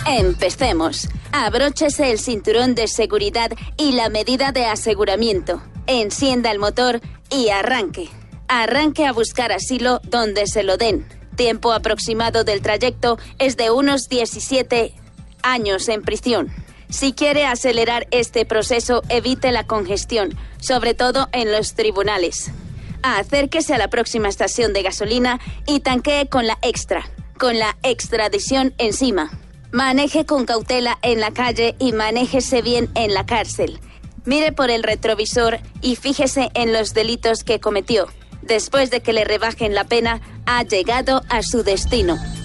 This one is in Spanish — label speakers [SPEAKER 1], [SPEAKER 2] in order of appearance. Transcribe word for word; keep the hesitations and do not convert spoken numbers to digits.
[SPEAKER 1] Empecemos. Abróchese el cinturón de seguridad y la medida de aseguramiento. Encienda el motor y arranque. Arranque a buscar asilo donde se lo den. Tiempo aproximado del trayecto es de unos diecisiete años en prisión. Si quiere acelerar este proceso, evite la congestión, sobre todo en los tribunales. Acérquese a la próxima estación de gasolina y tanquee con la extra, con la extradición encima. Maneje con cautela en la calle y manéjese bien en la cárcel. Mire por el retrovisor y fíjese en los delitos que cometió. Después de que le rebajen la pena, ha llegado a su destino.